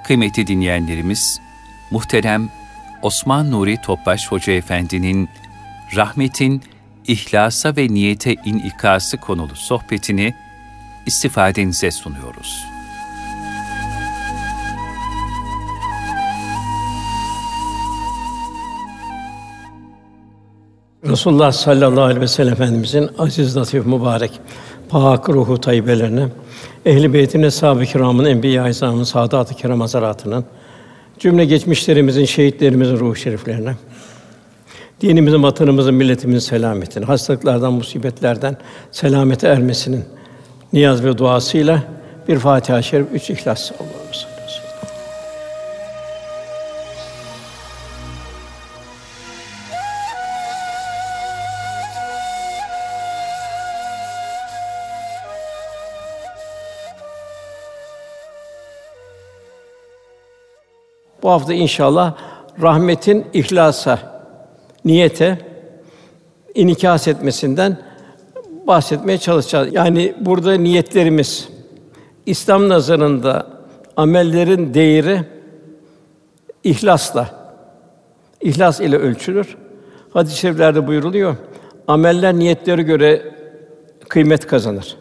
Kıymetli dinleyenlerimiz, muhterem Osman Nuri Topbaş Hoca Efendi'nin rahmetin ihlasa ve niyete inikası konulu sohbetini istifadenize sunuyoruz. Resulullah sallallahu aleyhi ve sellem Efendimizin aziz, latif, mübarek, pak ruhu tayyibelerine, ehl-i beyt'in, eshâb-ı kirâmın, enbiya-i izâmın, saadat-ı kirâm hazaratının, cümle geçmişlerimizin, şehitlerimizin ruh-u şeriflerine, dinimizin, vatanımızın, milletimizin selametine, hastalıklardan, musibetlerden selamete ermesinin niyaz ve duasıyla bir Fatiha-i Şerif, 3 İhlas. Allah'ım salli aleyhi ve sellem. Bu hafta inşallah rahmetin ihlasa, niyete inikas etmesinden bahsetmeye çalışacağız. Yani burada niyetlerimiz, İslam nazarında amellerin değeri ihlasla, ihlas ile ölçülür. Hadis-i şeriflerde buyuruluyor, ameller niyetlere göre kıymet kazanır.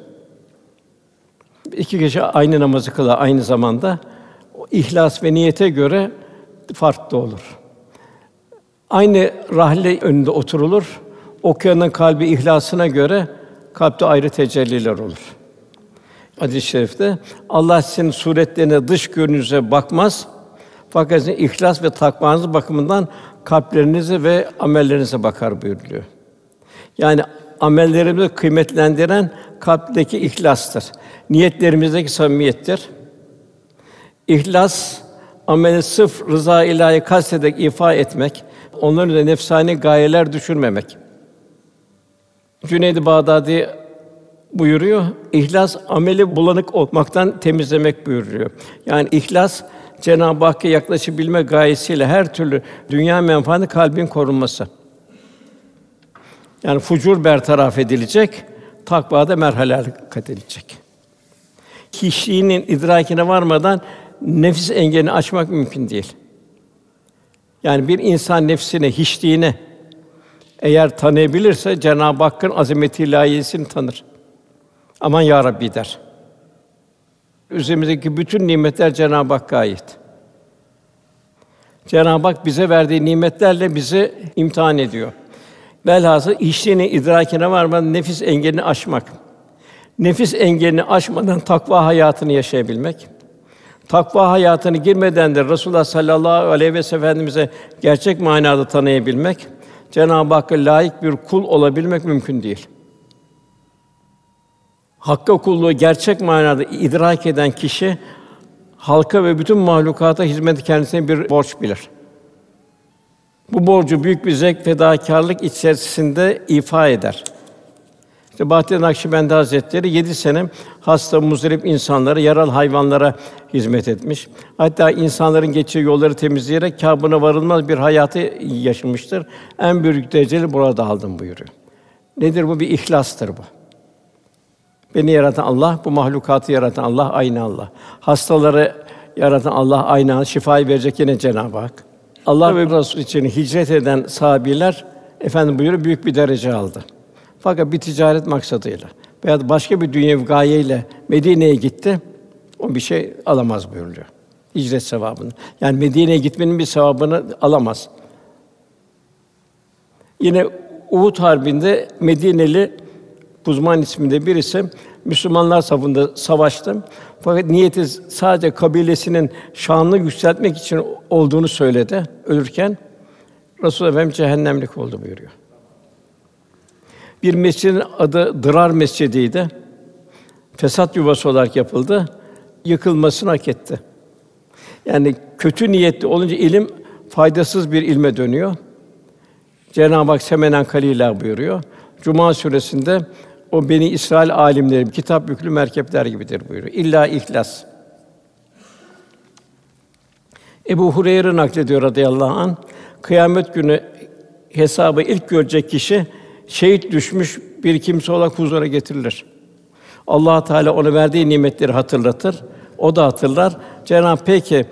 2 kişi aynı namazı kılar aynı zamanda, o ihlas ve niyete göre farklı olur. Aynı rahle önünde oturulur, okuyanın kalbi ihlasına göre kalpte ayrı tecelliler olur. Hadis-i şerifte Allah sizin suretlerine, dış görünüşe bakmaz, fakat sizin ihlas ve takvanız bakımından kalplerinize ve amellerinize bakar buyuruluyor. Yani amellerimizi kıymetlendiren kalpteki ihlastır. Niyetlerimizdeki samimiyettir. İhlas, ameli sırf rıza ilahi kastederek ifa etmek, onların üzerine nefsani gayeler düşürmemek. Cüneyd-i Bağdadi buyuruyor, İhlas ameli bulanık olmaktan temizlemek buyuruyor. Yani ihlas, Cenab-ı Hakk'a yaklaşabilme gayesiyle her türlü dünya menfaati kalbin korunması. Yani fucur bertaraf edilecek, takvada merhaleler kat edilecek. Kişinin idrakine varmadan nefis engelini aşmak mümkün değil. Yani bir insan nefsini, hiçliğini eğer tanıyabilirse Cenab-ı Hakk'ın azameti ilahiyesini tanır. Aman ya Rabbi der. Üzerimizdeki bütün nimetler Cenab-ı Hakk'a ait. Cenab-ı Hak bize verdiği nimetlerle bizi imtihan ediyor. Velhâsıl hiçliğini, idrakine varmadan nefis engelini aşmak. Nefis engelini aşmadan takva hayatını yaşayabilmek. Takva hayatını girmeden de Resulullah sallallahu aleyhi ve sellem Efendimiz'e gerçek manada tanıyabilmek, Cenab-ı Hakk'a layık bir kul olabilmek mümkün değil. Hakk'a kulluğu gerçek manada idrak eden kişi, halka ve bütün mahlukata hizmet kendisine bir borç bilir. Bu borcu büyük bir zevk, fedakârlık içerisinde ifa eder. İşte Bahattin Nakşibendi Hazretleri 7 sene hasta, muzdarip insanlara, yaralı hayvanlara hizmet etmiş. Hatta insanların geçtiği yolları temizleyerek kâbına varılmaz bir hayatı yaşamıştır. En büyük dereceleri burada aldım buyuruyor. Nedir bu? Bir ihlastır bu. Beni yaratan Allah, bu mahlukatı yaratan Allah, aynı Allah. Hastaları yaratan Allah, aynı Allah. Şifayı verecek yine Cenab-ı Hak. Allah ve Resulü için hicret eden sahabiler, efendim buyuruyor, büyük bir derece aldı. Fakat bir ticaret maksadıyla veya başka bir dünyevi gayeyle Medine'ye gitti, o bir şey alamaz buyuruluyor. Hicret sevabını. Yani Medine'ye gitmenin bir sevabını alamaz. Yine Uhud Harbi'nde Medineli Kuzman isminde birisi Müslümanlar safında savaştı. Fakat niyeti sadece kabilesinin şanını yükseltmek için olduğunu söyledi ölürken. Resulullah Efendimiz cehennemlik oldu buyuruyor. Bir mescidin adı Dırar Mescidiydi. Fesat yuvası olarak yapıldı. Yıkılmasını hak etti. Yani kötü niyetli olunca ilim faydasız bir ilme dönüyor. Cenab-ı Hak semenen kalîlâ buyuruyor. Cuma suresinde o Beni İsrail âlimleri kitap yüklü merkepler gibidir buyuruyor. İlla ihlas. Ebu Hureyre naklediyor radıyallahu anh, kıyamet günü hesabı ilk görecek kişi şehit düşmüş bir kimse olarak huzura getirilir. Allah Teala ona verdiği nimetleri hatırlatır. O da hatırlar. Cenab-ı Hak peki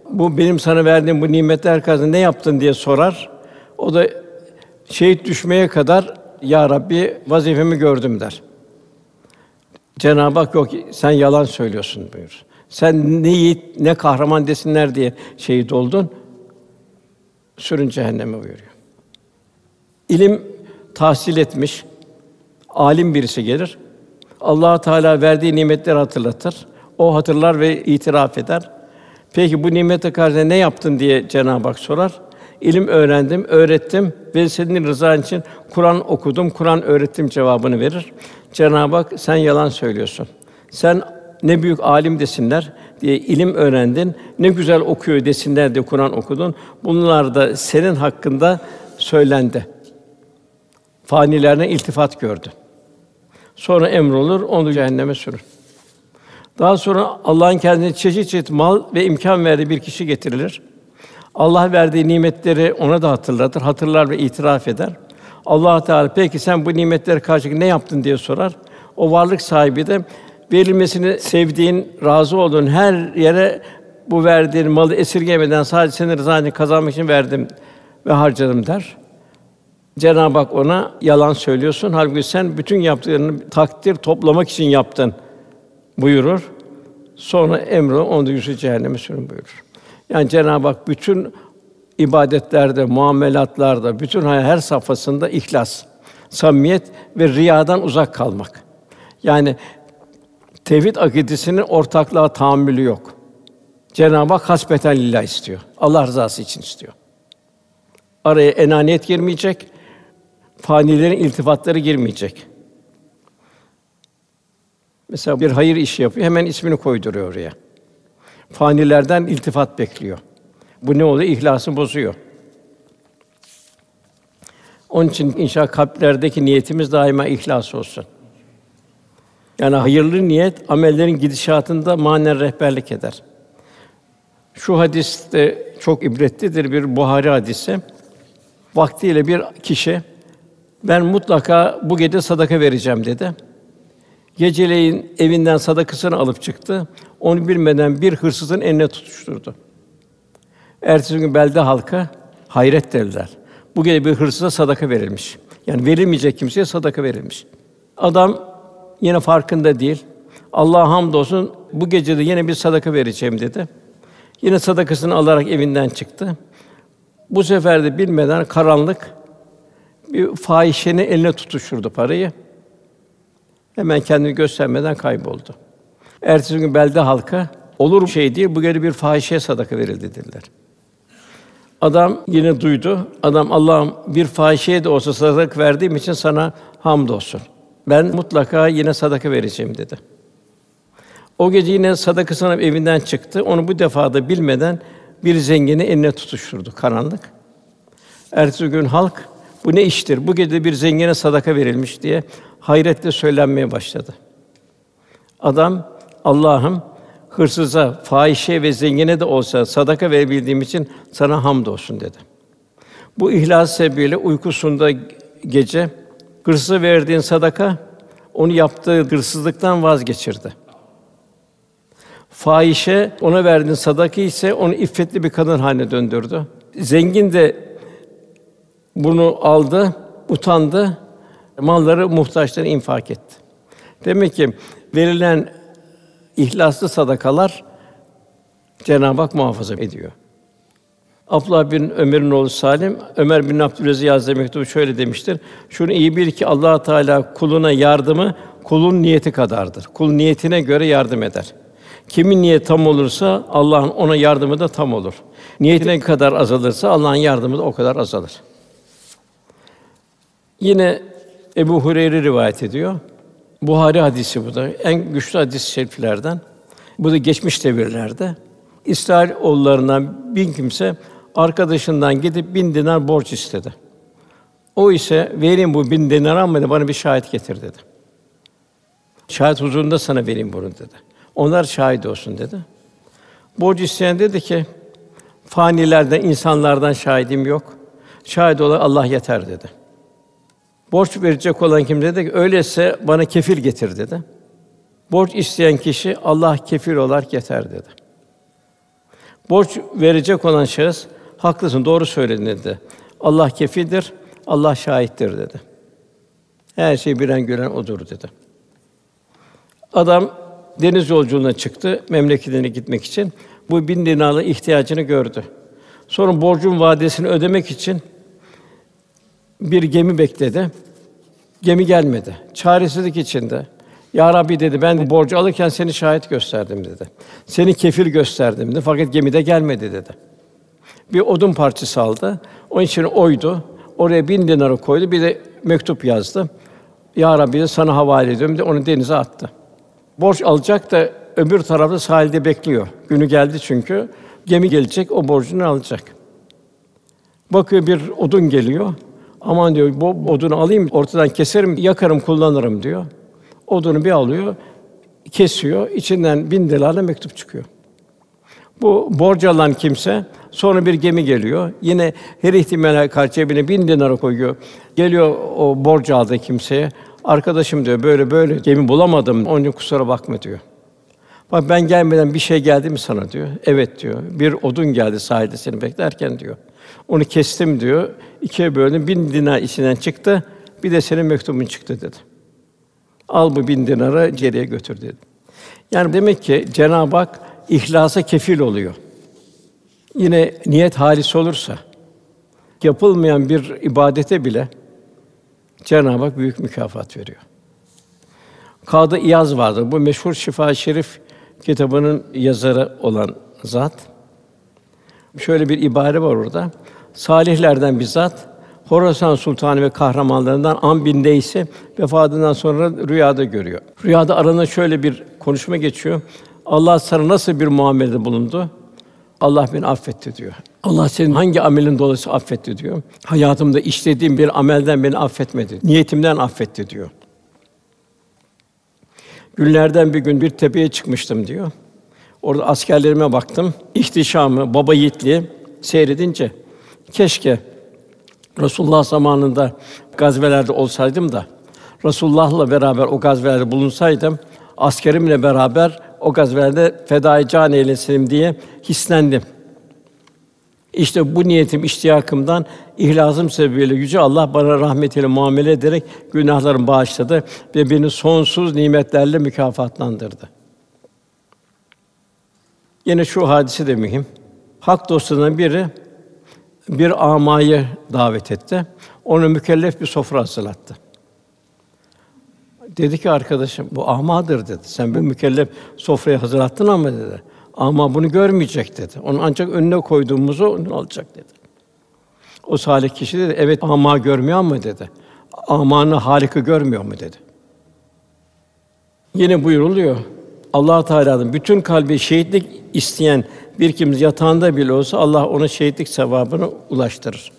bu benim sana verdiğim bu nimetler karşısında ne yaptın diye sorar. O da şehit düşmeye kadar ya Rabbi vazifemi gördüm der. Cenab-ı Hak yok, sen yalan söylüyorsun buyurur. Sen ne yiğit ne kahraman desinler diye şehit oldun. Sürün cehenneme buyuruyor. İlim tahsil etmiş, alim birisi gelir. Allah Teala verdiği nimetleri hatırlatır. O hatırlar ve itiraf eder. Peki bu nimete karşı ne yaptın diye Cenab-ı Hak sorar. İlim öğrendim, öğrettim ve senin rızan için Kur'an okudum, Kur'an öğrettim cevabını verir. Cenab-ı Hak sen yalan söylüyorsun. Sen ne büyük alim desinler diye ilim öğrendin, ne güzel okuyor desinler diye Kur'an okudun. Bunlar da senin hakkında söylendi. Fanilerine iltifat gördü. Sonra emrolur, onu cehenneme sürün. Daha sonra Allah'ın kendine çeşit çeşit mal ve imkân verdiği bir kişi getirilir. Allah verdiği nimetleri ona da hatırlatır, hatırlar ve itiraf eder. Allah Teala peki sen bu nimetleri karşılık ne yaptın diye sorar. O varlık sahibi de verilmesini sevdiğin, razı olduğun her yere bu verdiğin malı esirgemeden sadece senin rızanı kazanmak için verdim ve harcadım der. Cenab-ı Hak ona yalan söylüyorsun. Halbuki sen bütün yaptıklarını takdir toplamak için yaptın buyurur. Sonra emrolur, onu da yüzü cehenneme sürün buyurur. Yani Cenab-ı Hak bütün ibadetlerde, muamelatlarda, bütün her safhasında ihlas, samimiyet ve riyadan uzak kalmak. Yani tevhid akidesinin ortaklığa tahammülü yok. Cenab-ı Hak hasbeten lillah istiyor. Allah rızası için istiyor. Araya enaniyet girmeyecek, fanilerin iltifatları girmeyecek. Mesela bir hayır işi yapıyor, hemen ismini koyduruyor oraya. Fanilerden iltifat bekliyor. Bu ne oluyor? İhlasını bozuyor. Onun için inşallah kalplerdeki niyetimiz daima ihlas olsun. Yani hayırlı niyet amellerin gidişatında manen rehberlik eder. Şu hadis de çok ibretlidir, bir Buhari hadisi. Vaktiyle bir kişi ben mutlaka bu gece sadaka vereceğim dedi. Geceleyin evinden sadakasını alıp çıktı. Onu bilmeden bir hırsızın eline tutuşturdu. Ertesi gün belde halkı hayret dediler. Bu gece bir hırsıza sadaka verilmiş. Yani verilmeyecek kimseye sadaka verilmiş. Adam yine farkında değil. Allah'a hamdolsun bu gece de yine bir sadaka vereceğim dedi. Yine sadakasını alarak evinden çıktı. Bu sefer de bilmeden karanlık bir fahişenin eline tutuşturdu parayı. Hemen kendini göstermeden kayboldu. Ertesi gün belde halkı olur şey değil, bu gece bir fahişeye sadaka verildi dediler. Adam yine duydu. Adam Allah'ım bir fahişeye de olsa sadaka verdiğim için sana hamdolsun. Ben mutlaka yine sadaka vereceğim dedi. O gece yine sadakasını evinden çıktı. Onu bu defa da bilmeden bir zengini eline tutuşturdu karanlık. Ertesi gün halk bu ne iştir? Bu gece bir zengine sadaka verilmiş diye hayretle söylenmeye başladı. Adam Allah'ım hırsıza, fahişe ve zengine de olsa sadaka verebildiğim için sana hamdolsun dedi. Bu ihlas sebebiyle uykusunda gece hırsıza verdiğin sadaka onu yaptığı hırsızlıktan vazgeçirdi. Fahişe ona verdiğin sadaka ise onu iffetli bir kadın haline döndürdü. Zengin de bunu aldı, utandı, malları muhtaçlara infak etti. Demek ki verilen ihlaslı sadakalar Cenab-ı Hak muhafaza ediyor. Abdullah bin Ömer'in oğlu Salim, Ömer bin Abdülaziz yazdığı mektubu şöyle demiştir: "Şunu iyi bil ki Allah Teala kuluna yardımı kulun niyeti kadardır. Kul niyetine göre yardım eder. Kimin niyeti tam olursa Allah'ın ona yardımı da tam olur. Niyetine kadar azalırsa Allah'ın yardımı da o kadar azalır." Yine Ebu Hureyre rivayet ediyor. Buhari hadisi bu da. En güçlü hadis-i şeriflerden. Bu da geçmiş devirlerde. İsrailoğullarından 1000 kimse arkadaşından gidip 1000 dinar borç istedi. O ise vereyim bu 1000 dinar ama bana bir şahit getir dedi. Şahit huzurunda sana vereyim bunu dedi. Onlar şahit olsun dedi. Borç isteyen dedi ki fanilerden, insanlardan şahidim yok. Şahit olan Allah yeter dedi. Borç verecek olan kim dedi ki öyleyse bana kefil getir dedi. Borç isteyen kişi Allah kefil olarak yeter dedi. Borç verecek olan şahıs, haklısın, doğru söyledin dedi. Allah kefildir, Allah şahittir dedi. Her şeyi bilen gören odur dedi. Adam deniz yolculuğuna çıktı memleketine gitmek için. Bu 1000 dinarlık ihtiyacını gördü. Sonra borcun vadesini ödemek için bir gemi bekledi. Gemi gelmedi. Çaresizlik içinde. Ya Rabbi dedi, ben bu borcu alırken seni şahit gösterdim dedi. Seni kefil gösterdim dedi. Fakat gemide gelmedi dedi. Bir odun parçası aldı. Onun içine oydu. Oraya 1000 dinarı koydu. Bir de mektup yazdı. Ya Rabbi dedi, sana havale ediyorum dedi. Onu denize attı. Borç alacak da öbür tarafta sahilde bekliyor. Günü geldi çünkü. Gemi gelecek, o borcunu alacak. Bakıyor bir odun geliyor. Aman diyor, bu odunu alayım, ortadan keserim, yakarım, kullanırım diyor. Odunu bir alıyor, kesiyor. İçinden 1000 dinarlık mektup çıkıyor. Bu borç alan kimse, sonra bir gemi geliyor. Yine her ihtimale karşı cebine 1000 dinarı koyuyor. Geliyor o borç aldığı kimseye. Arkadaşım diyor, böyle böyle gemi bulamadım, onun için kusura bakma diyor. Bak ben gelmeden bir şey geldi mi sana diyor. Evet diyor. Bir odun geldi sahilde seni beklerken diyor. Onu kestim diyor. 2'ye böldüm. 1000 dinar içinden çıktı. Bir de senin mektubun çıktı dedi. Al bu 1000 dinarı geriye götür dedi. Yani demek ki Cenab-ı Hak ihlasa kefil oluyor. Yine niyet halis olursa yapılmayan bir ibadete bile Cenab-ı Hak büyük mükafat veriyor. Kadı İyaz vardır. Bu meşhur Şifa-i Şerif kitabının yazarı olan zat. Şöyle bir ibare var orada. Salihlerden bir zat, Horasan Sultanı ve kahramanlarından Amr bin Leys'i vefatından sonra rüyada görüyor. Rüyada arasında şöyle bir konuşma geçiyor. Allah sana nasıl bir muamelede bulundu? Allah beni affetti diyor. Allah senin hangi amelin dolayısıyla affetti diyor. Hayatımda işlediğim bir amelden beni affetmedi. Niyetimden affetti diyor. Günlerden bir gün bir tepeye çıkmıştım diyor. Orada askerlerime baktım. İhtişamı, baba yiğitliği seyredince keşke Resulullah zamanında gazvelerde olsaydım da Resulullah'la beraber o gazvelerde bulunsaydım, askerimle beraber o gazvelerde fedâ-i can eylesin diye hislendim. İşte bu niyetim, iştiyakımdan, ihlasım sebebiyle Yüce Allah bana rahmetiyle muamele ederek günahlarımı bağışladı ve beni sonsuz nimetlerle mükafatlandırdı. Yine şu hadise de mühim. Hak dostlarından biri bir âmayı davet etti. Ona mükellef bir sofra hazırlattı. Dedi ki arkadaşım, bu âmadır dedi. Sen bu mükellef sofrayı hazırlattın ama dedi. Ama bunu görmeyecek dedi. Onu ancak önüne koyduğumuzu onu alacak dedi. O salih kişi dedi, evet ama görmüyor ama dedi. Amanı Halik'i görmüyor mu dedi. Yine buyuruluyor. Allah Teala'nın bütün kalbi şehitlik isteyen bir kimse yatağında bile olsa Allah ona şehitlik sevabını ulaştırır.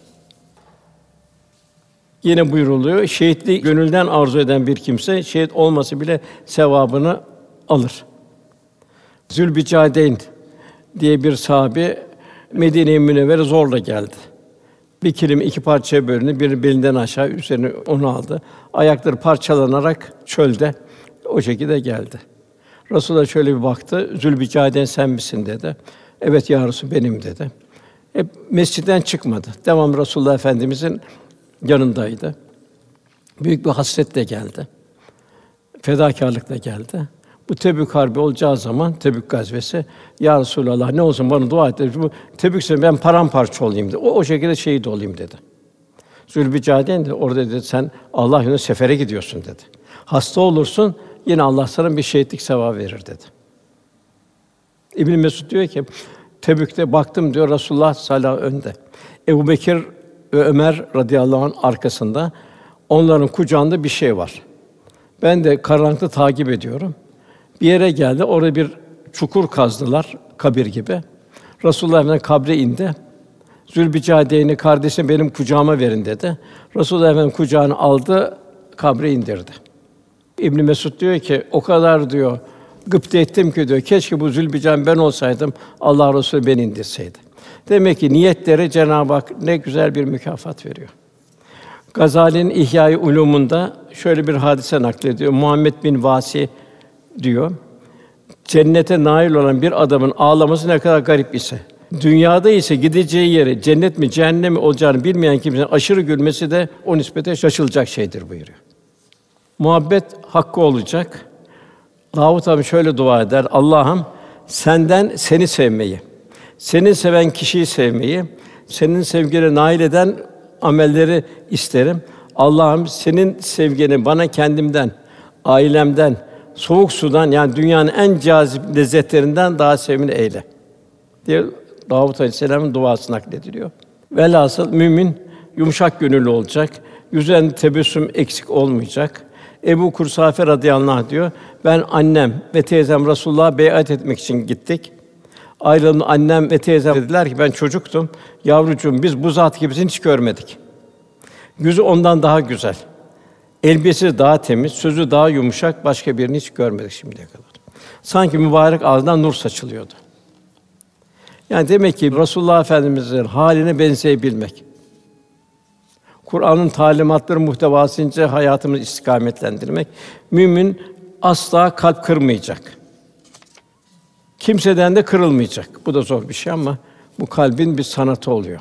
Yine buyuruluyor. Şehitliği gönülden arzu eden bir kimse şehit olması bile sevabını alır. Zülbicadeyn diye bir sahabe Medine-i Münevvere zorla geldi. Bir kilimi 2 parçaya bölündü, biri belinden aşağı, üzerine onu aldı. Ayakları parçalanarak çölde o şekilde geldi. Resulullah şöyle bir baktı, Zülbicadeyn sen misin dedi. Evet ya Resulallah benim dedi. Mescitten çıkmadı. Devam Resulullah Efendimizin yanındaydı. Büyük bir hasretle geldi. Fedakârlıkla geldi. Bu Tebük harbi olacağı zaman Tebük gazvesi, ya Resulallah ne olsun bana dua et dedi. Bu Tebük'se ben paramparça olayım dedi. O şekilde şehit olayım dedi. Zülbicadeyn de orada dedi sen Allah yolunda sefere gidiyorsun dedi. Hasta olursun yine Allah sana bir şehitlik sevabı verir dedi. İbn Mesud diyor ki Tebük'te baktım diyor Resulullah sallallahu aleyhi ve sellem önde. Ebubekir ve Ömer radıyallahu anh arkasında. Onların kucağında bir şey var. Ben de karanlıkta takip ediyorum. Bir yere geldi, orada bir çukur kazdılar, kabir gibi. Resulullah Efendimiz kabre indi. Zülbicadeyn'i kardeşim benim kucağıma verin dedi. Resulullah Efendimiz kucağına aldı, kabre indirdi. İbn Mesud diyor ki o kadar diyor gıpta ettim ki diyor keşke bu Zülbicadeyn ben olsaydım Allah Resulü beni indirseydi. Demek ki niyetlere Cenab-ı Hak ne güzel bir mükafat veriyor. Gazali'nin İhya-i Ulûm'unda şöyle bir hadise naklediyor. Muhammed bin Vasi diyor. Cennete nail olan bir adamın ağlaması ne kadar garip ise. Dünyada ise gideceği yere cennet mi cehennem mi olacağını bilmeyen kimsenin aşırı gülmesi de o nispete şaşılacak şeydir buyuruyor. Muhabbet hakkı olacak. Davud abi şöyle dua eder: Allah'ım senden seni sevmeyi, seni seven kişiyi sevmeyi, senin sevgine nail eden amelleri isterim. Allah'ım senin sevgini bana kendimden, ailemden, soğuk sudan yani dünyanın en cazip lezzetlerinden daha sevimli eyle diye Davud Aleyhisselam'ın duası naklediliyor. Velhasıl mümin yumuşak gönüllü olacak, yüzünden tebessüm eksik olmayacak. Ebu Kursafe radıyallahu anh diyor, ben annem ve teyzem Resulullah'a beyat etmek için gittik. Ayrılığında annem ve teyzem dediler ki ben çocuktum. Yavrucuğum biz bu zat gibisini hiç görmedik. Yüzü ondan daha güzel. Elbisesi daha temiz, sözü daha yumuşak, başka birini hiç görmedik şimdiye kadar. Sanki mübarek ağzından nur saçılıyordu. Yani demek ki Resulullah Efendimiz'in haline benzeyebilmek, Kur'an'ın talimatları muhtevasınca hayatımızı istikametlendirmek, mümin asla kalp kırmayacak. Kimseden de kırılmayacak. Bu da zor bir şey ama bu kalbin bir sanatı oluyor.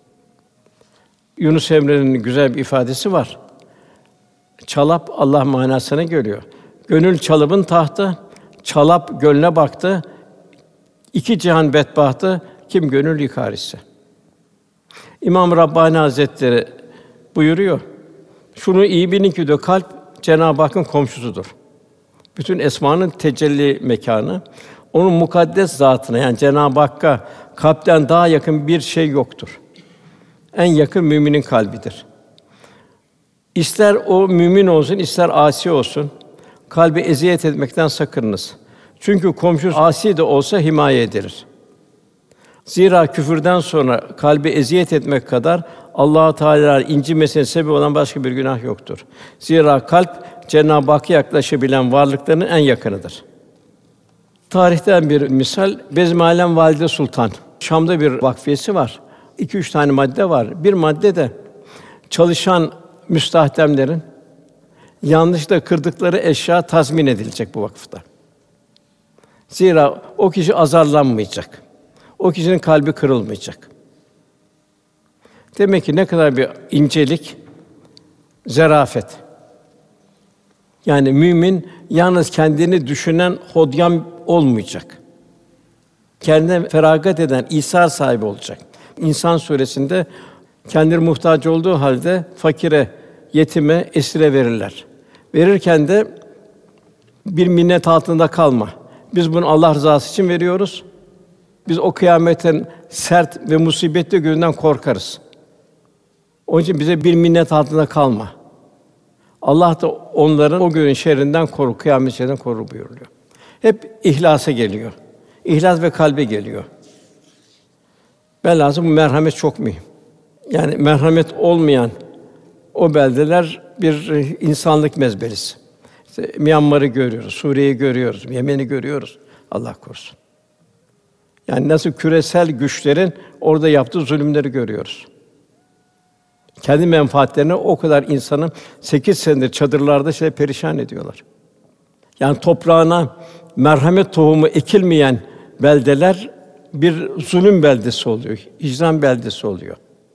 Yunus Emre'nin güzel bir ifadesi var. Çalap Allah manasına geliyor. Gönül çalabın tahtı, çalap gönlüne baktı. İki cihan bedbahtı, kim gönül yıkar ise. İmam Rabbani Hazretleri buyuruyor. Şunu iyi bilin ki diyor, kalp Cenab-ı Hakk'ın komşusudur. Bütün esmanın tecelli mekânı. Onun mukaddes zatına yani Cenab-ı Hakk'a kalpten daha yakın bir şey yoktur. En yakın müminin kalbidir. İster o mümin olsun, ister asi olsun, kalbi eziyet etmekten sakınınız. Çünkü komşu asi de olsa himaye edilir. Zira küfürden sonra kalbi eziyet etmek kadar Allah-u Teala'nın incinmesine sebep olan başka bir günah yoktur. Zira kalp Cenab-ı Hakk'a yaklaşabilen varlıkların en yakınıdır. Tarihten bir misal, Bezmialem Valide Sultan. Şam'da bir vakfiyesi var. 2-3 tane madde var. Bir madde de çalışan müstahdemlerin yanlışlıkla kırdıkları eşya tazmin edilecek bu vakıfta. Zira o kişi azarlanmayacak. O kişinin kalbi kırılmayacak. Demek ki ne kadar bir incelik, zarafet. Yani mümin yalnız kendini düşünen hodgam olmayacak. Kendine feragat eden İsar sahibi olacak. İnsan suresinde kendileri muhtaç olduğu halde fakire, yetime, esire verirler. Verirken de bir minnet altında kalma. Biz bunu Allah rızası için veriyoruz. Biz o kıyametin sert ve musibetli gününden korkarız. Onun için bize bir minnet altında kalma. Allah da onların o günün şerrinden koru, kıyamet şerrinden koru buyuruyor. Hep ihlasa geliyor. İhlas ve kalbe geliyor. Velhâsıl bu merhamet çok mühim. Yani merhamet olmayan o beldeler bir insanlık mezbelisi. İşte Myanmar'ı görüyoruz, Suriye'yi görüyoruz, Yemen'i görüyoruz. Allah korusun. Yani nasıl küresel güçlerin orada yaptığı zulümleri görüyoruz. Kendi menfaatlerine o kadar insanı 8 senedir çadırlarda perişan ediyorlar. Yani toprağına merhamet tohumu ekilmeyen beldeler bir zulüm beldesi oluyor, hicran beldesi oluyor.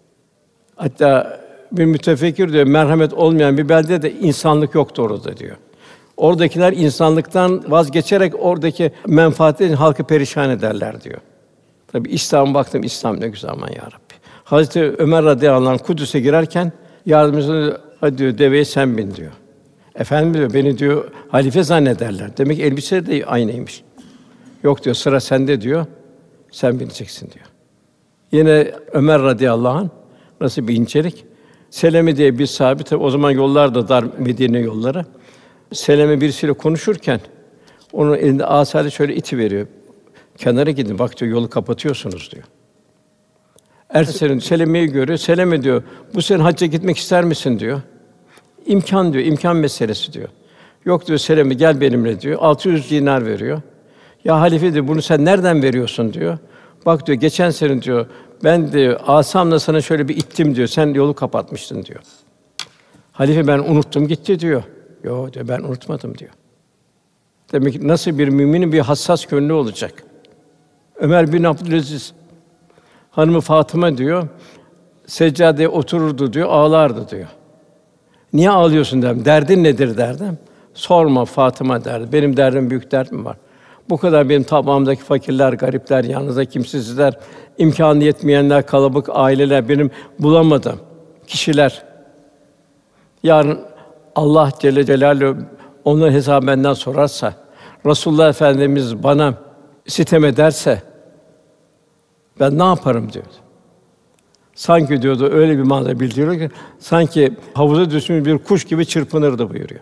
Hatta bir mütefekkir diyor, merhamet olmayan bir belde de insanlık yoktu orada diyor. Oradakiler insanlıktan vazgeçerek oradaki menfaatleri halkı perişan ederler diyor. Tabii İslam'a baktım, İslam ne güzel aman ya Rabbi. Hazreti Ömer radıyallahu anh Kudüs'e girerken yardımcısı hadi diyor deveye sen bin diyor. Efendim diyor beni diyor halife zannederler. Demek ki elbise de aynıymış. Yok diyor sıra sende diyor. Sen bineceksin diyor. Yine Ömer radıyallahu anh nasıl bir incelik. Seleme diye bir sahabe, tabii o zaman yollar da dar Medine yolları. Seleme birisiyle konuşurken onun elinde asayla şöyle itiveriyor. Kenara gidin bak diyor yolu kapatıyorsunuz diyor. Ertesi sene Seleme'yi görüyor. Seleme diyor bu sene hacca gitmek ister misin diyor. İmkan diyor, imkan meselesi diyor. Yok diyor Seleme gel benimle diyor. 600 dinar veriyor. Ya halife diyor bunu sen nereden veriyorsun diyor. Bak diyor geçen sene diyor ben diyor asamla sana şöyle bir ittim diyor. Sen yolu kapatmıştın diyor. Halife ben unuttum gitti diyor. Yo diyor ben unutmadım diyor. Demek ki nasıl bir müminin bir hassas gönlü olacak. Ömer bin Abdülaziz Hanımı Fatıma diyor, seccadeye otururdu diyor, ağlardı diyor. Niye ağlıyorsun dedim. Derdin nedir derdim. Sorma Fatıma derdi. Benim derdim büyük dert mi var? Bu kadar benim tabağımdaki fakirler, garipler, yalnızlar, kimsesizler, imkânı yetmeyenler, kalabalık aileler, benim bulamadığım kişiler. Yarın Allah Celle Celaluhu onların hesabı benden sorarsa, Resulullah Efendimiz bana sitem ederse ben ne yaparım diyor. Sanki diyordu öyle bir manzara bildiriyor ki sanki havuza düşmüş bir kuş gibi çırpınırdı buyuruyor.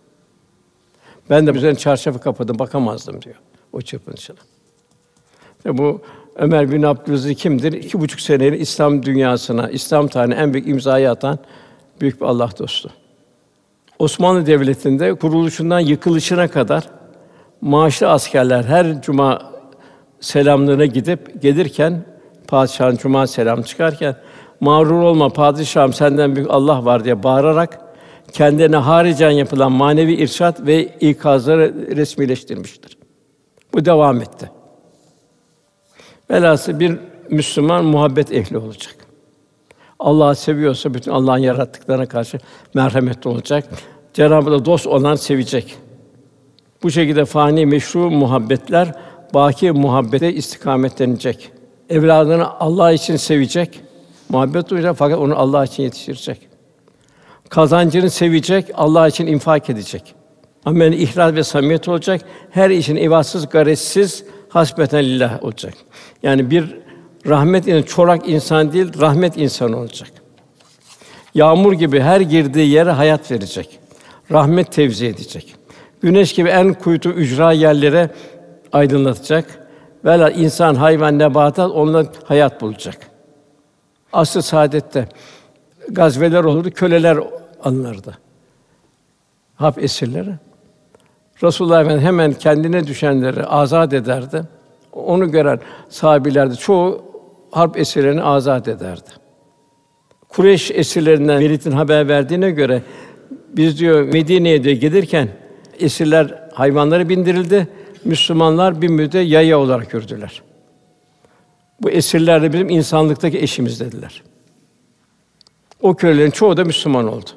Ben de üzerine çarşafı kapadım, bakamazdım diyor o çırpınışına. Ve bu Ömer bin Abdülaziz kimdir? 2,5 seneyle İslam dünyasına, İslam tarihine en büyük imzayı atan büyük bir Allah dostu. Osmanlı Devleti'nde kuruluşundan yıkılışına kadar maaşlı askerler her cuma selamlığına gidip gelirken padişahın cuma selamı çıkarken mağrur olma padişahım senden büyük Allah var diye bağırarak kendilerine haricen yapılan manevi irşad ve ikazları resmileştirmiştir. Bu devam etti. Velhâsıl bir Müslüman muhabbet ehli olacak. Allah'ı seviyorsa bütün Allah'ın yarattıklarına karşı merhametli olacak. Cenab-ı Hak dost olan sevecek. Bu şekilde fani meşru muhabbetler baki muhabbete istikametlenecek. Evladını Allah için sevecek, muhabbet duyacak fakat onu Allah için yetiştirecek. Kazancını sevecek, Allah için infak edecek. Amel ihlas ve samimiyet olacak. Her işin ivatsız, garetsiz, hasbeten lillah olacak. Yani bir rahmet çorak insan değil, rahmet insanı olacak. Yağmur gibi her girdiği yere hayat verecek. Rahmet tevzi edecek. Güneş gibi en kuytu ücra yerlere aydınlatacak. Velhâsıl insan, hayvan, nebatat onunla hayat bulacak. Asr-ı saadette gazveler olurdu, köleler alınırdı. Harp esirleri. Resulullah Efendimiz hemen kendine düşenleri azat ederdi. Onu gören sahabiler de çoğu harp esirlerini azat ederdi. Kureyş esirlerinden Velid'in haber verdiğine göre biz diyor Medine'ye diyor gelirken esirler hayvanlara bindirildi. Müslümanlar bir müddet yaya olarak yürüdüler. Bu esirler de bizim insanlıktaki eşimiz dediler. O kölelerin çoğu da Müslüman oldu.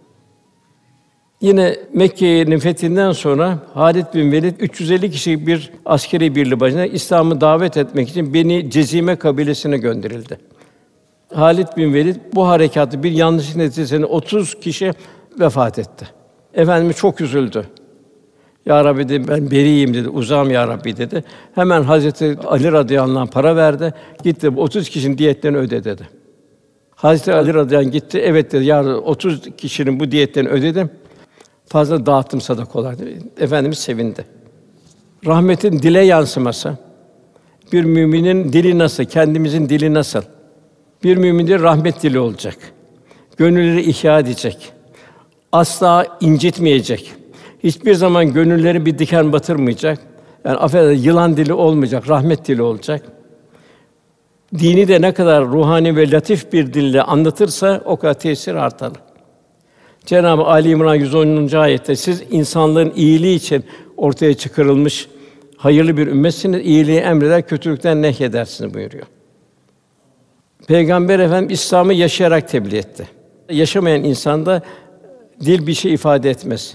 Yine Mekke'nin fethinden sonra Halid bin Velid 350 kişilik bir askeri birliği başına İslam'ı davet etmek için Beni Cezime kabilesine gönderildi. Halid bin Velid bu harekatı bir yanlışlık neticesinde 30 kişi vefat etti. Efendimiz çok üzüldü. Ya Rabbi dedi, ben beriyim dedi, uzağım ya Rabbi dedi. Hemen Hazreti Ali radıyallahu anh para verdi. Gitti 30 kişinin diyetlerini öde dedi. Hazreti Ali radıyallahu anh gitti. Evet dedi. Ya 30 kişinin bu diyetlerini ödedim. Fazla dağıttım sadakalar dedi. Efendimiz sevindi. Rahmetin dile yansıması. Bir müminin dili nasıl? Kendimizin dili nasıl? Bir müminin rahmet dili olacak. Gönülleri ihya edecek. Asla incitmeyecek. Hiçbir zaman gönülleri bir diken batırmayacak. Yani affedersiniz yılan dili olmayacak, rahmet dili olacak. Dini de ne kadar ruhani ve latif bir dille anlatırsa o kadar tesir artar. Cenab-ı Ali İmran 110. ayette siz insanlığın iyiliği için ortaya çıkarılmış hayırlı bir ümmetsiniz. İyiliği emreder, kötülükten nehyedersiniz buyuruyor. Peygamber Efendimiz İslam'ı yaşayarak tebliğ etti. Yaşamayan insanda dil bir şey ifade etmez.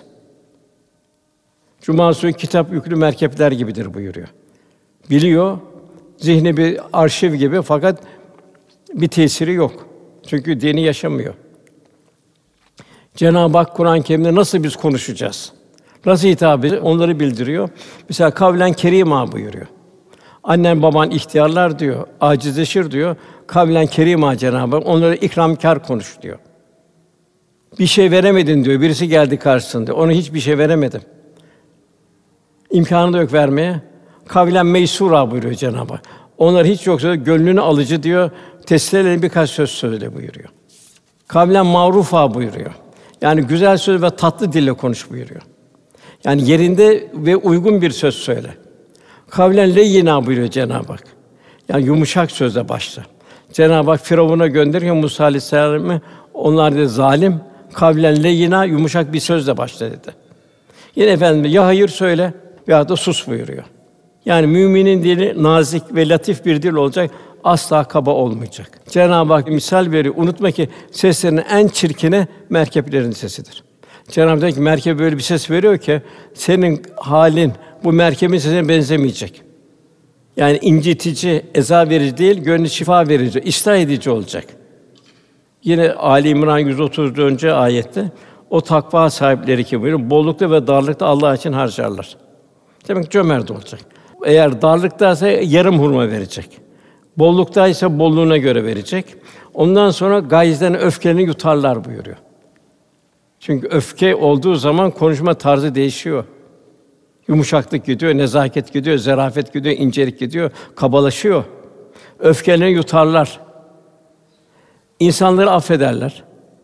Cuma suyu kitap yüklü merkepler gibidir buyuruyor. Biliyor, zihni bir arşiv gibi fakat bir tesiri yok. Çünkü dini yaşamıyor. Cenab-ı Hak Kur'an-ı Kerim'de nasıl biz konuşacağız? Nasıl hitap edeceğiz? Onları bildiriyor. Mesela kavlen kerîmâ buyuruyor. Annen baban ihtiyarlar diyor, acizleşir diyor. Kavlen kerîmâ Cenab-ı Hak onlara ikramkâr konuş diyor. Bir şey veremedin diyor. Birisi geldi karşısında. Ona hiçbir şey veremedim. İmkânı da yok vermeye. Kavlen meysûrâ buyuruyor Cenab-ı Hak. Onlar hiç yoksa gönlünü alıcı diyor. Tesliyle birkaç söz söyle buyuruyor. Kavlen ma'rûfâ buyuruyor. Yani güzel söz ve tatlı dille konuş buyuruyor. Yani yerinde ve uygun bir söz söyle. Kavlen leyyinâ buyuruyor Cenab-ı Hak. Yani yumuşak sözle başla. Cenab-ı Hak Firavun'a gönderirken Musa Aleyhisselam'ı onlar dedi zalim, kavlen leyyinâ yumuşak bir sözle başla dedi. Yine Efendimiz ya hayır söyle veya da sus buyuruyor. Yani müminin dili nazik ve latif bir dil olacak, asla kaba olmayacak. Cenab-ı Hak misal veriyor. Unutma ki seslerin en çirkini merkeplerin sesidir. Cenab-ı Hak diyor ki merkebe böyle bir ses veriyor ki senin halin bu merkebin sesine benzemeyecek. Yani incitici, eza verici değil, gönlü şifa verici, ıslah edici olacak. Yine Ali İmran 134. ayette o takva sahipleri ki buyuruyor, bollukta ve darlıkta Allah için harcarlar. Demek ki cömert olacak. Eğer darlıktaysa yarım hurma verecek. Bolluktaysa bolluğuna göre verecek. Ondan sonra gayzden öfkelerini yutarlar buyuruyor. Çünkü öfke olduğu zaman konuşma tarzı değişiyor. Yumuşaklık gidiyor, nezaket gidiyor, zarafet gidiyor, incelik gidiyor, kabalaşıyor. Öfkelerini yutarlar. İnsanları affederler.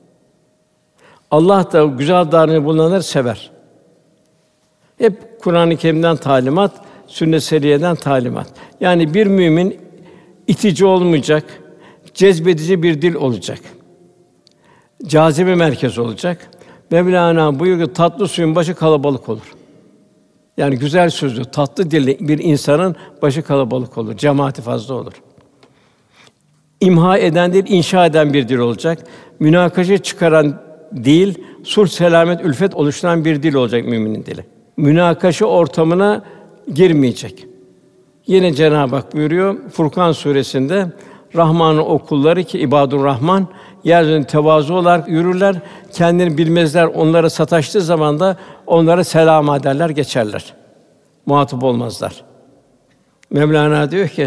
Allah da güzel davranışta bulunanları sever. Hep Kur'an-ı Kerim'den talimat, sünnet-i seniyye'den talimat. Yani bir mümin itici olmayacak, cezbedici bir dil olacak. Cazibe merkezi olacak. Mevlana buyuruyor ki tatlı suyun başı kalabalık olur. Yani güzel sözlü, tatlı dilli bir insanın başı kalabalık olur, cemaati fazla olur. İmha eden değil, inşa eden bir dil olacak. Münakaşa çıkaran değil, sulh, selamet, ülfet oluşturan bir dil olacak müminin dili. Münakaşa ortamına girmeyecek. Yine Cenab-ı Hak buyuruyor Furkan suresinde Rahman'ın o kulları ki ibadur Rahman yeryüzünde tevazu olarak yürürler, kendini bilmezler, onlara sataştığı zaman da onlara selam ederler, geçerler. Muhatap olmazlar. Mevlana diyor ki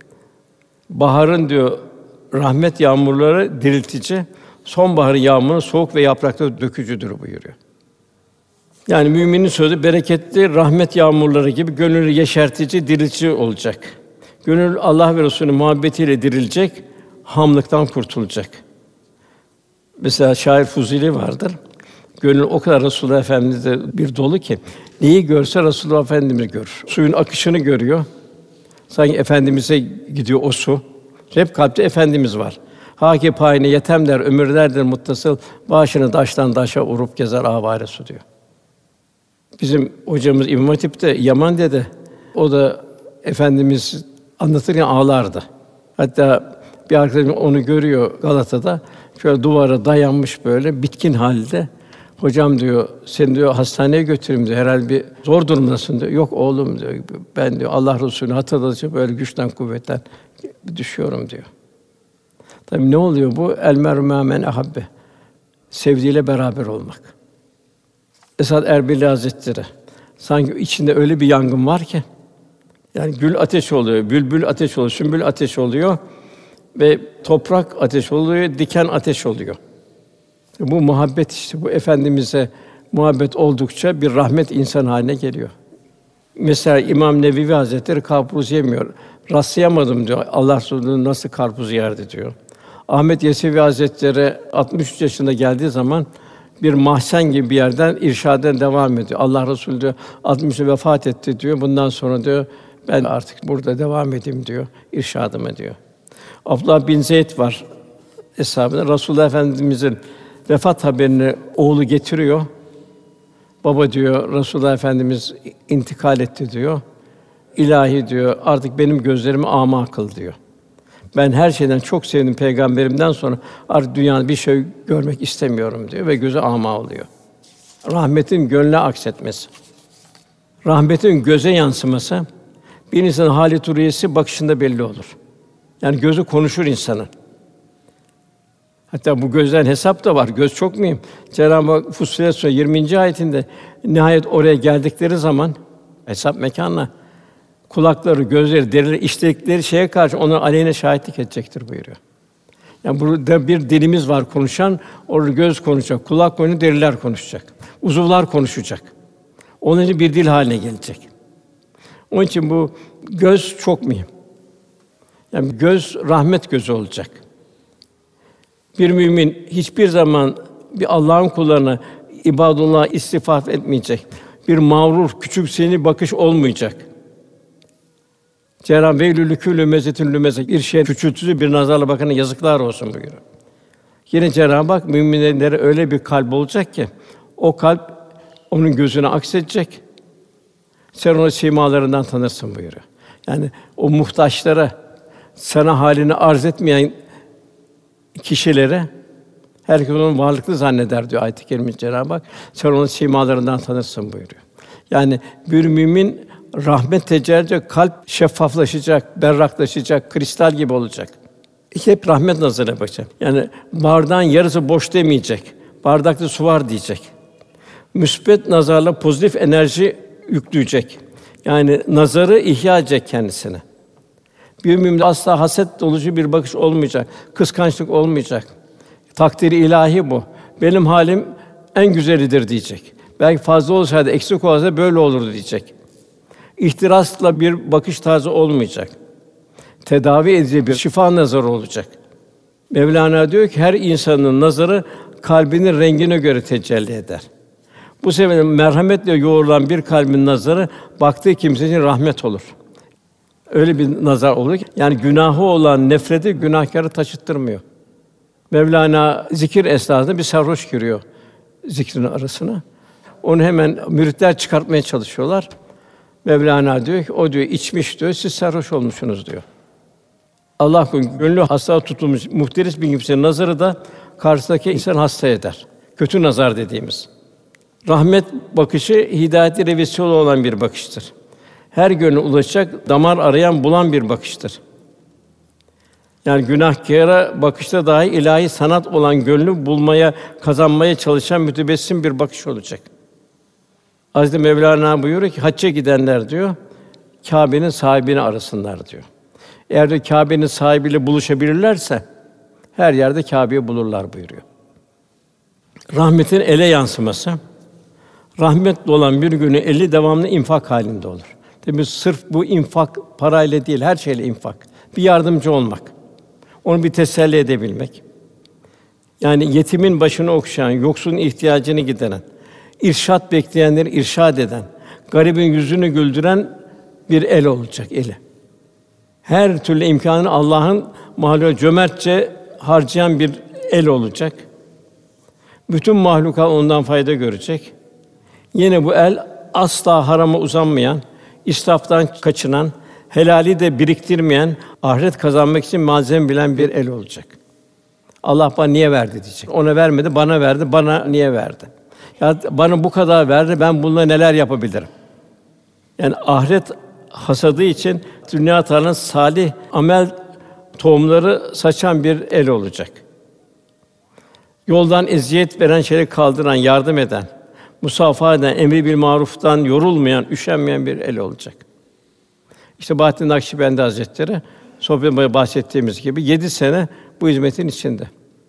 baharın diyor rahmet yağmurları diriltici, sonbaharın yağmuru soğuk ve yaprakları dökücüdür buyuruyor. Yani müminin sözü bereketli rahmet yağmurları gibi gönlü yeşertici, diriltici olacak. Gönül Allah ve Resulü'nün muhabbetiyle dirilecek, hamlıktan kurtulacak. Mesela şair Fuzuli vardır. Gönül o kadar Resulullah Efendimiz'de bir dolu ki neyi görse Resulullah Efendimiz'i görür. Suyun akışını görüyor. Sanki Efendimiz'e gidiyor o su. Hep kalpte Efendimiz var. Hâki payine yetem der, ömürlerdir muttasıl, başını taştan taşa vurup gezer avare su diyor. Bizim hocamız İmam Hatip'te Yaman dede, o da Efendimiz anlatırken ağlardı. Hatta bir arkadaşım onu görüyor Galata'da, şöyle duvara dayanmış böyle bitkin halde. Hocam diyor, seni diyor hastaneye götüreyim diyor. Herhalde bir zor durumdasın diyor. Yok oğlum diyor. Ben diyor Allah Resulü'nü hatırladıkça böyle güçten kuvvetten düşüyorum diyor. Tabii ne oluyor bu? El mer'u mâ men ahabbe. Sevdiğiyle beraber olmak. Esad Erbil Hazretleri sanki içinde öyle bir yangın var ki yani gül ateş oluyor, bülbül ateş oluyor, sümbül ateş oluyor ve toprak ateş oluyor, diken ateş oluyor. Bu muhabbet işte bu Efendimize muhabbet oldukça bir rahmet insan haline geliyor. Mesela İmam Nevevi Hazretleri karpuz yemiyor. Rastlayamadım diyor. Allah Resulü nasıl karpuz yerdi diyor. Ahmet Yesevi Hazretleri 63 yaşında geldiği zaman bir mahzen gibi bir yerden irşaden devam ediyor. Allah Resulü diyor 60'ında vefat etti diyor. Bundan sonra diyor ben artık burada devam edeyim diyor irşadıma diyor. Abdullah bin Zeyd var eshabında. Resulullah Efendimizin vefat haberini oğlu getiriyor. Baba diyor Resulullah Efendimiz intikal etti diyor. İlahi diyor artık benim gözlerimi âmâ kıl diyor. Ben her şeyden çok sevdim peygamberimden sonra artık dünyada bir şey görmek istemiyorum diyor ve gözü âmâ oluyor. Rahmetin gönle aksetmesi. Rahmetin göze yansıması bir insanın hâli ruhiyesi bakışında belli olur. Yani gözü konuşur insanın. Hatta bu gözden hesap da var. Göz çok mühim. Cenab-ı Hak Fussilet Suresi 20. ayetinde nihayet oraya geldikleri zaman hesap mekânına kulakları, gözleri, derileri işledikleri şeye karşı onlar aleyhine şahitlik edecektir buyuruyor. Yani burada bir dilimiz var konuşan, orada göz konuşacak, kulak konuşacak, deriler konuşacak, uzuvlar konuşacak. Onun için bir dil haline gelecek. Onun için bu göz çok mühim. Yani göz rahmet gözü olacak. Bir mümin hiçbir zaman bir Allah'ın kullarına ibadullah istifat etmeyecek. Bir mağrur, küçümseyici bakış olmayacak. Cenab-ı Veylül likülli mezetin lümeze bir şey küçültücü bir nazarla bakana yazıklar olsun buyuruyor. Yine Cenab-ı Hak müminlere öyle bir kalp olacak ki o kalp onun gözüne aksedecek. Sen onu simalarından tanırsın buyuruyor. Yani o muhtaçlara, sana halini arz etmeyen kişilere herkes onu varlıklı zanneder diyor ayet-i kerime Cenab-ı Hak. Sen onu simalarından tanırsın buyuruyor. Yani bir mümin rahmet tecelli edecek, kalp şeffaflaşacak, berraklaşacak, kristal gibi olacak. Hep rahmet nazarına bakacak. Yani bardağın yarısı boş demeyecek. Bardakta su var diyecek. Müsbet nazarla pozitif enerji yükleyecek. Yani nazarı ihya edecek kendisine. Bir mümin asla haset dolucu bir bakış olmayacak, kıskançlık olmayacak. Takdiri ilahi bu. Benim halim en güzelidir diyecek. Belki fazla olsaydı, eksik olsaydı böyle olurdu diyecek. İhtirasla bir bakış tarzı olmayacak. Tedavi edici bir şifa nazarı olacak. Mevlana diyor ki her insanın nazarı kalbinin rengine göre tecelli eder. Bu sebeple merhametle yoğrulan bir kalbin nazarı baktığı kimse için rahmet olur. Öyle bir nazar olur ki yani günahı olan nefreti günahkârı taşıttırmıyor. Mevlana zikir esnasında bir sarhoş giriyor zikrin arasına. Onu hemen müritler çıkartmaya çalışıyorlar. Mevlana diyor ki o diyor içmiş diyor, siz sarhoş olmuşsunuz diyor. Allah korusun, gönlü hasta tutulmuş muhteris bir kimsenin nazarı da karşısındaki insan hasta eder. Kötü nazar dediğimiz. Rahmet bakışı hidayete vesile olan bir bakıştır. Her gönle ulaşacak, damar arayan, bulan bir bakıştır. Yani günahkâra bakışta dahi ilahi sanat olan gönlü bulmaya, kazanmaya çalışan mütebessim bir bakış olacak. Hazreti Mevlana buyuruyor ki hacca gidenler diyor Kâbe'nin sahibini arasınlar diyor. Eğer de Kâbe'nin sahibiyle buluşabilirlerse her yerde Kâbe'yi bulurlar buyuruyor. Rahmetin ele yansıması, rahmetli olan bir günü eli devamlı infak halinde olur. Tabii sırf bu infak parayla değil, her şeyle infak. Bir yardımcı olmak, onu bir teselli edebilmek. Yani yetimin başını okşayan, yoksulun ihtiyacını gideren, irşad bekleyenleri irşad eden, garibin yüzünü güldüren bir el olacak eli. Her türlü imkânını Allah'ın mahluka cömertçe harcayan bir el olacak. Bütün mahlukat ondan fayda görecek. Yine bu el asla harama uzanmayan, israftan kaçınan, helali de biriktirmeyen, ahiret kazanmak için malzeme bilen bir el olacak. Allah bana niye verdi diyecek. Ona vermedi, bana verdi. Bana niye verdi? Ya bana bu kadar verdi, ben bununla neler yapabilirim? Yani ahiret hasadı için dünya tarlasında salih amel tohumları saçan bir el olacak. Yoldan eziyet veren, şeyleri kaldıran, yardım eden, musafaha eden, emri bil maruftan yorulmayan, üşenmeyen bir el olacak. İşte Bahattin Nakşibendi Hazretleri sohbetinde bahsettiğimiz gibi 7 sene bu hizmetin içinde.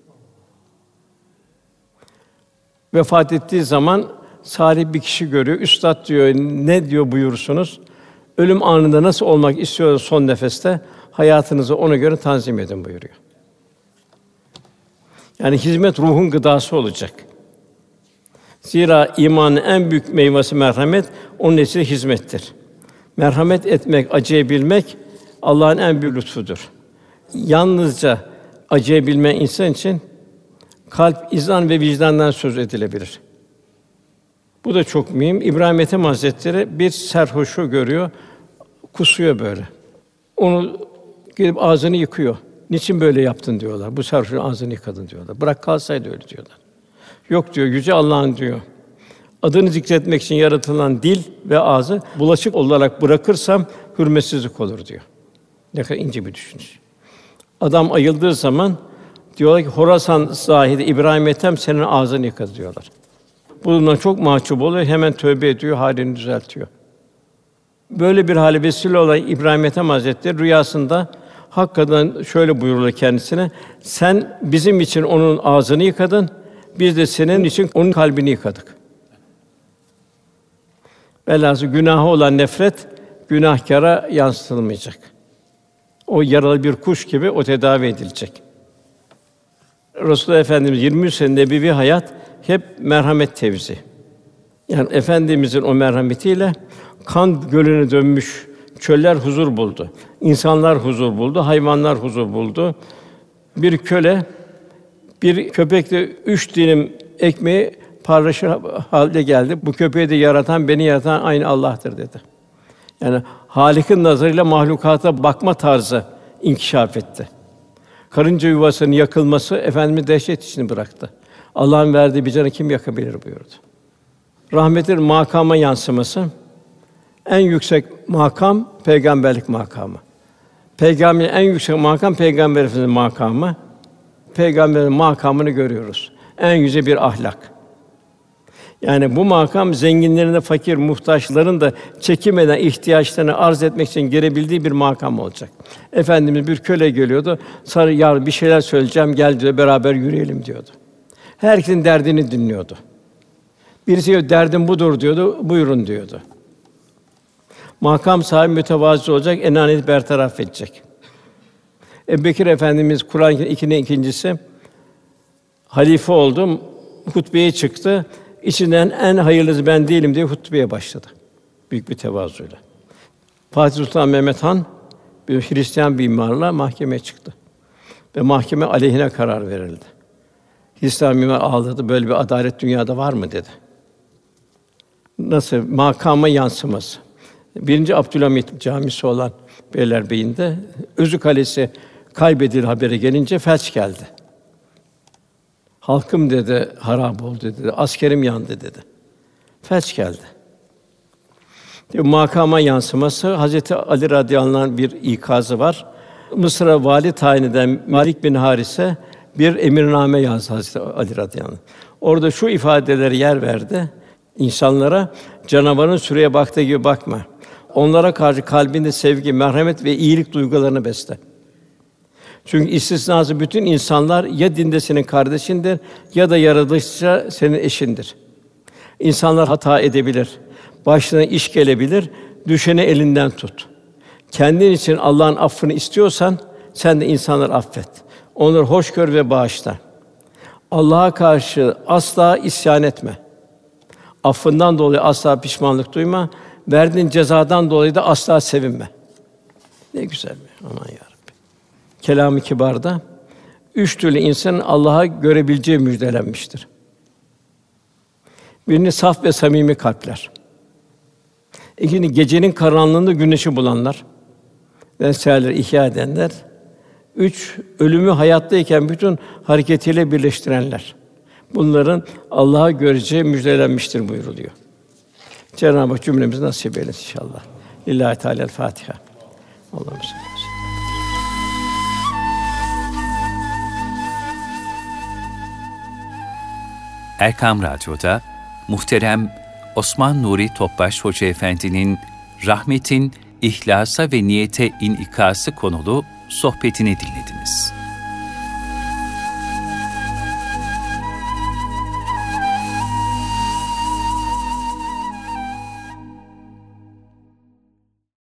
Vefat ettiği zaman salih bir kişi görüyor. Üstad diyor, ne diyor buyursunuz? Ölüm anında nasıl olmak istiyorsanız son nefeste hayatınızı ona göre tanzim edin buyuruyor. Yani hizmet ruhun gıdası olacak. Zira imanın en büyük meyvesi merhamet, onun nesli hizmettir. Merhamet etmek, acıyabilmek Allah'ın en büyük lütfudur. Yalnızca acıyabilmeyen insan için kalp, izan ve vicdandan söz edilebilir. Bu da çok mühim. İbrahim Ethem Hazretleri bir serhoşu görüyor, kusuyor böyle. Onu gidip ağzını yıkıyor. Niçin böyle yaptın diyorlar. Bu serhoşun ağzını yıkadın diyorlar. Bırak kalsaydı öyle diyorlar. Yok diyor, yüce Allah'ın diyor. Adını zikretmek için yaratılan dil ve ağzı bulaşık olarak bırakırsam hürmetsizlik olur diyor. Ne kadar ince bir düşünüş. Adam ayıldığı zaman diyorlar ki Horasan zahidi İbrahim Ethem senin ağzını yıkadı diyorlar. Bundan çok mahcup oluyor, hemen tövbe ediyor, halini düzeltiyor. Böyle bir hale vesile olan İbrahim Ethem Hazretleri rüyasında hakikaten şöyle buyurulur kendisine: sen bizim için onun ağzını yıkadın, biz de senin için onun kalbini yıkadık. Velhâsıl günahı olan nefret günahkâra yansıtılmayacak. O yaralı bir kuş gibi o tedavi edilecek. Resulullah Efendimiz 23 sene nebevi hayat hep merhamet tevzi. Yani Efendimizin o merhametiyle kan gölüne dönmüş çöller huzur buldu. İnsanlar huzur buldu, hayvanlar huzur buldu. Bir köle bir köpekle 3 dilim ekmeği paylaşır halde geldi. Bu köpeği de yaratan, beni yaratan aynı Allah'tır dedi. Yani Halık'ın nazarıyla mahlukata bakma tarzı inkişaf etti. Karınca yuvasının yakılması Efendimiz dehşet içini bıraktı. Allah'ın verdiği bir canı kim yakabilir buyurdu. Rahmetin makama yansıması, en yüksek makam peygamberlik makamı. Peygamberin en yüksek makam Peygamber Efendimiz'in makamı. Peygamberin makamını görüyoruz. En yüce bir ahlak. Yani bu makam zenginlerin de fakir, muhtaçların da çekinmeden ihtiyaçlarını arz etmek için girebildiği bir makam olacak. Efendimiz bir köle geliyordu. Sana ya bir şeyler söyleyeceğim, gel diyor, beraber yürüyelim diyordu. Herkesin derdini dinliyordu. Birisi derdim budur diyordu, buyurun diyordu. Makam sahibi mütevazı olacak, enaniyeti bertaraf edecek. Ebubekir Efendimiz Kur'an-ı Kerim'in ikincisi halife oldu, hutbeye çıktı. İçinden en hayırlısı ben değilim diye hutbeye başladı. Büyük bir tevazuyla. Fatih Sultan Mehmet Han bir Hristiyan bir mimarla mahkemeye çıktı. Ve mahkeme aleyhine karar verildi. Hristiyan mimar ağladı. Böyle bir adalet dünyada var mı dedi. Nasıl makama yansıması. 1. Abdülhamit camisi olan Beylerbeyi'nde Özü Kalesi kaybedildi haberi gelince felç geldi. Halkım dedi harap oldu dedi. Askerim yandı dedi. Felç geldi. Makama yansıması Hazreti Ali radıyallahu anh'ın bir ikazı var. Mısır'a vali tayin eden Malik bin Harise bir emirname yazdı Hazreti Ali radıyallahu anh. Orada şu ifadeleri yer verdi. İnsanlara canavarın sürüye baktığı gibi bakma. Onlara karşı kalbinde sevgi, merhamet ve iyilik duygularını besle. Çünkü istisnasız bütün insanlar ya dinde senin kardeşindir ya da yaratılışta senin eşindir. İnsanlar hata edebilir, başına iş gelebilir, düşeni elinden tut. Kendin için Allah'ın affını istiyorsan sen de insanları affet. Onları hoş gör ve bağışla. Allah'a karşı asla isyan etme. Affından dolayı asla pişmanlık duyma. Verdiğin cezadan dolayı da asla sevinme. Ne güzel mi? Aman ya Rabbi. Kelam-ı Kibar'da 3 türlü insanın Allah'a görebileceği müjdelenmiştir. Birini saf ve samimi kalpler. İkincisi gecenin karanlığında güneşi bulanlar ve seherleri ihya edenler. 3 ölümü hayattayken bütün hareketiyle birleştirenler. Bunların Allah'a göreceği müjdelenmiştir buyuruluyor. Cenab-ı Hak cümlemizi nasip eylesin inşallah. Lillahi Teala Fatiha. Allah'ım salli aleyhi ve sellem. Erkam Radyo'da muhterem Osman Nuri Topbaş Hoca Efendi'nin rahmetin ihlasa ve niyete inikası konulu sohbetini dinlediniz.